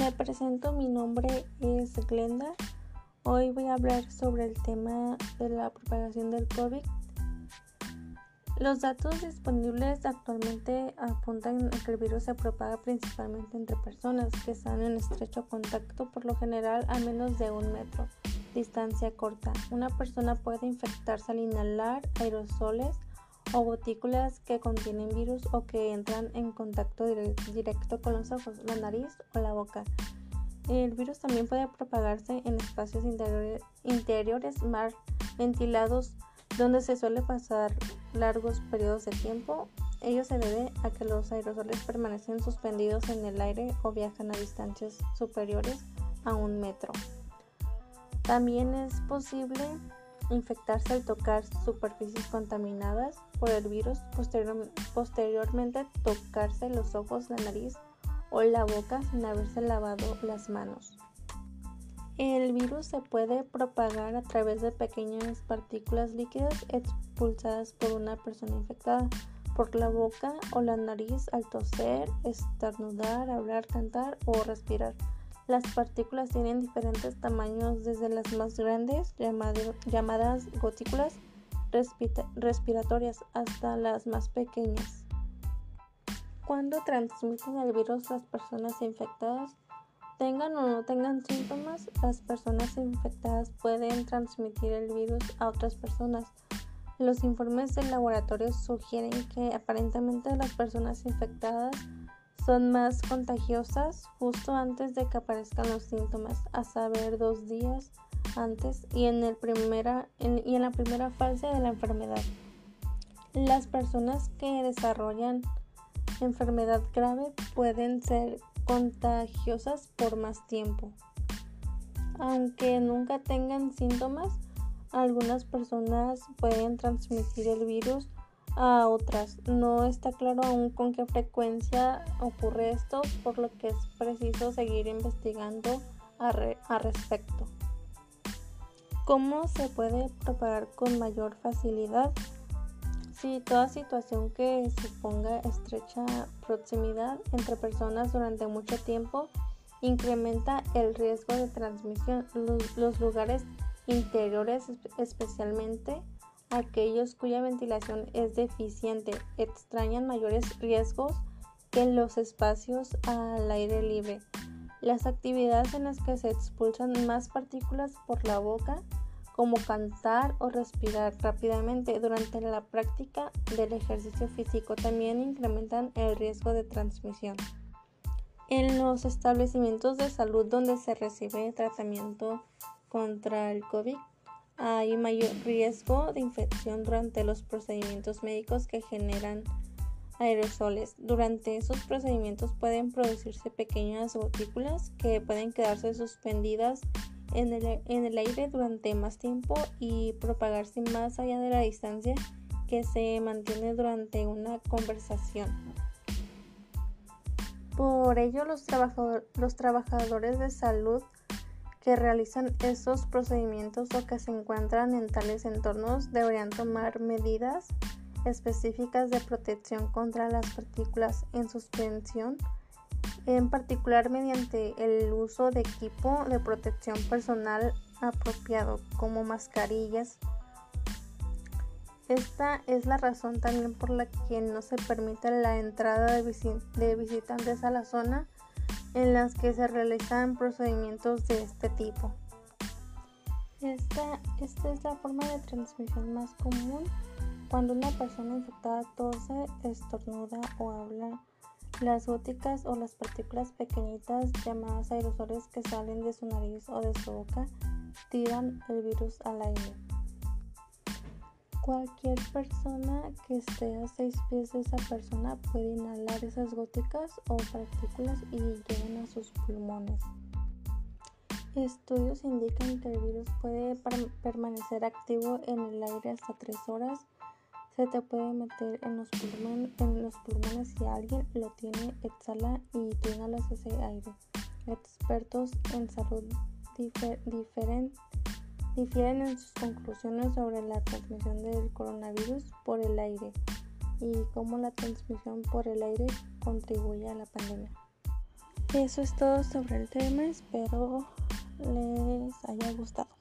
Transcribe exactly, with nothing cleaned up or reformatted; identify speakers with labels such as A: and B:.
A: Me presento, mi nombre es Glenda. Hoy voy a hablar sobre el tema de la propagación del COVID. Los datos disponibles actualmente apuntan a que el virus se propaga principalmente entre personas que están en estrecho contacto, por lo general a menos de un metro, distancia corta. Una persona puede infectarse al inhalar aerosoles o gotículas que contienen virus o que entran en contacto directo con los ojos, la nariz o la boca. El virus también puede propagarse en espacios interiores, interiores mal ventilados, donde se suele pasar largos periodos de tiempo. Ello se debe a que los aerosoles permanecen suspendidos en el aire o viajan a distancias superiores a un metro. También es posible infectarse al tocar superficies contaminadas por el virus, posterior, posteriormente tocarse los ojos, la nariz o la boca sin haberse lavado las manos. El virus se puede propagar a través de pequeñas partículas líquidas expulsadas por una persona infectada, por la boca o la nariz al toser, estornudar, hablar, cantar o respirar. Las partículas tienen diferentes tamaños, desde las más grandes, llamado, llamadas gotículas respira- respiratorias, hasta las más pequeñas. Cuando transmiten el virus las personas infectadas, tengan o no tengan síntomas, las personas infectadas pueden transmitir el virus a otras personas. Los informes del laboratorio sugieren que aparentemente las personas infectadas son más contagiosas justo antes de que aparezcan los síntomas, a saber, dos días antes y en, el primera, en, y en la primera fase de la enfermedad. Las personas que desarrollan enfermedad grave pueden ser contagiosas por más tiempo. Aunque nunca tengan síntomas, algunas personas pueden transmitir el virus a otras. No está claro aún con qué frecuencia ocurre esto, por lo que es preciso seguir investigando a, re- a respecto. ¿Cómo se puede propagar con mayor facilidad? Si toda situación que suponga estrecha proximidad entre personas durante mucho tiempo incrementa el riesgo de transmisión. Los, los lugares interiores, especialmente aquellos cuya ventilación es deficiente, extrañan mayores riesgos que los espacios al aire libre. Las actividades en las que se expulsan más partículas por la boca, como cantar o respirar rápidamente durante la práctica del ejercicio físico, también incrementan el riesgo de transmisión. En los establecimientos de salud donde se recibe tratamiento contra el COVID, hay mayor riesgo de infección durante los procedimientos médicos que generan aerosoles. Durante esos procedimientos pueden producirse pequeñas gotículas que pueden quedarse suspendidas en el, en el aire durante más tiempo y propagarse más allá de la distancia que se mantiene durante una conversación. Por ello, los, trabajador, los trabajadores de salud que realizan estos procedimientos o que se encuentran en tales entornos deberían tomar medidas específicas de protección contra las partículas en suspensión, en particular mediante el uso de equipo de protección personal apropiado, como mascarillas. Esta es la razón también por la que no se permite la entrada de, visi- de visitantes a la zona en las que se realizan procedimientos de este tipo. Esta, esta es la forma de transmisión más común cuando una persona infectada tose, estornuda o habla. Las góticas o las partículas pequeñitas llamadas aerosoles que salen de su nariz o de su boca tiran el virus al aire. Cualquier persona que esté a seis pies de esa persona puede inhalar esas góticas o partículas y llegan a sus pulmones. Estudios indican que el virus puede permanecer activo en el aire hasta tres horas. Se te puede meter en los, pulmón, en los pulmones si alguien lo tiene, exhala y tú inhalas ese aire. Expertos en salud difer, diferen, difieren en sus conclusiones sobre la transmisión del coronavirus por el aire y cómo la transmisión por el aire contribuye a la pandemia. Eso es todo sobre el tema, espero les haya gustado.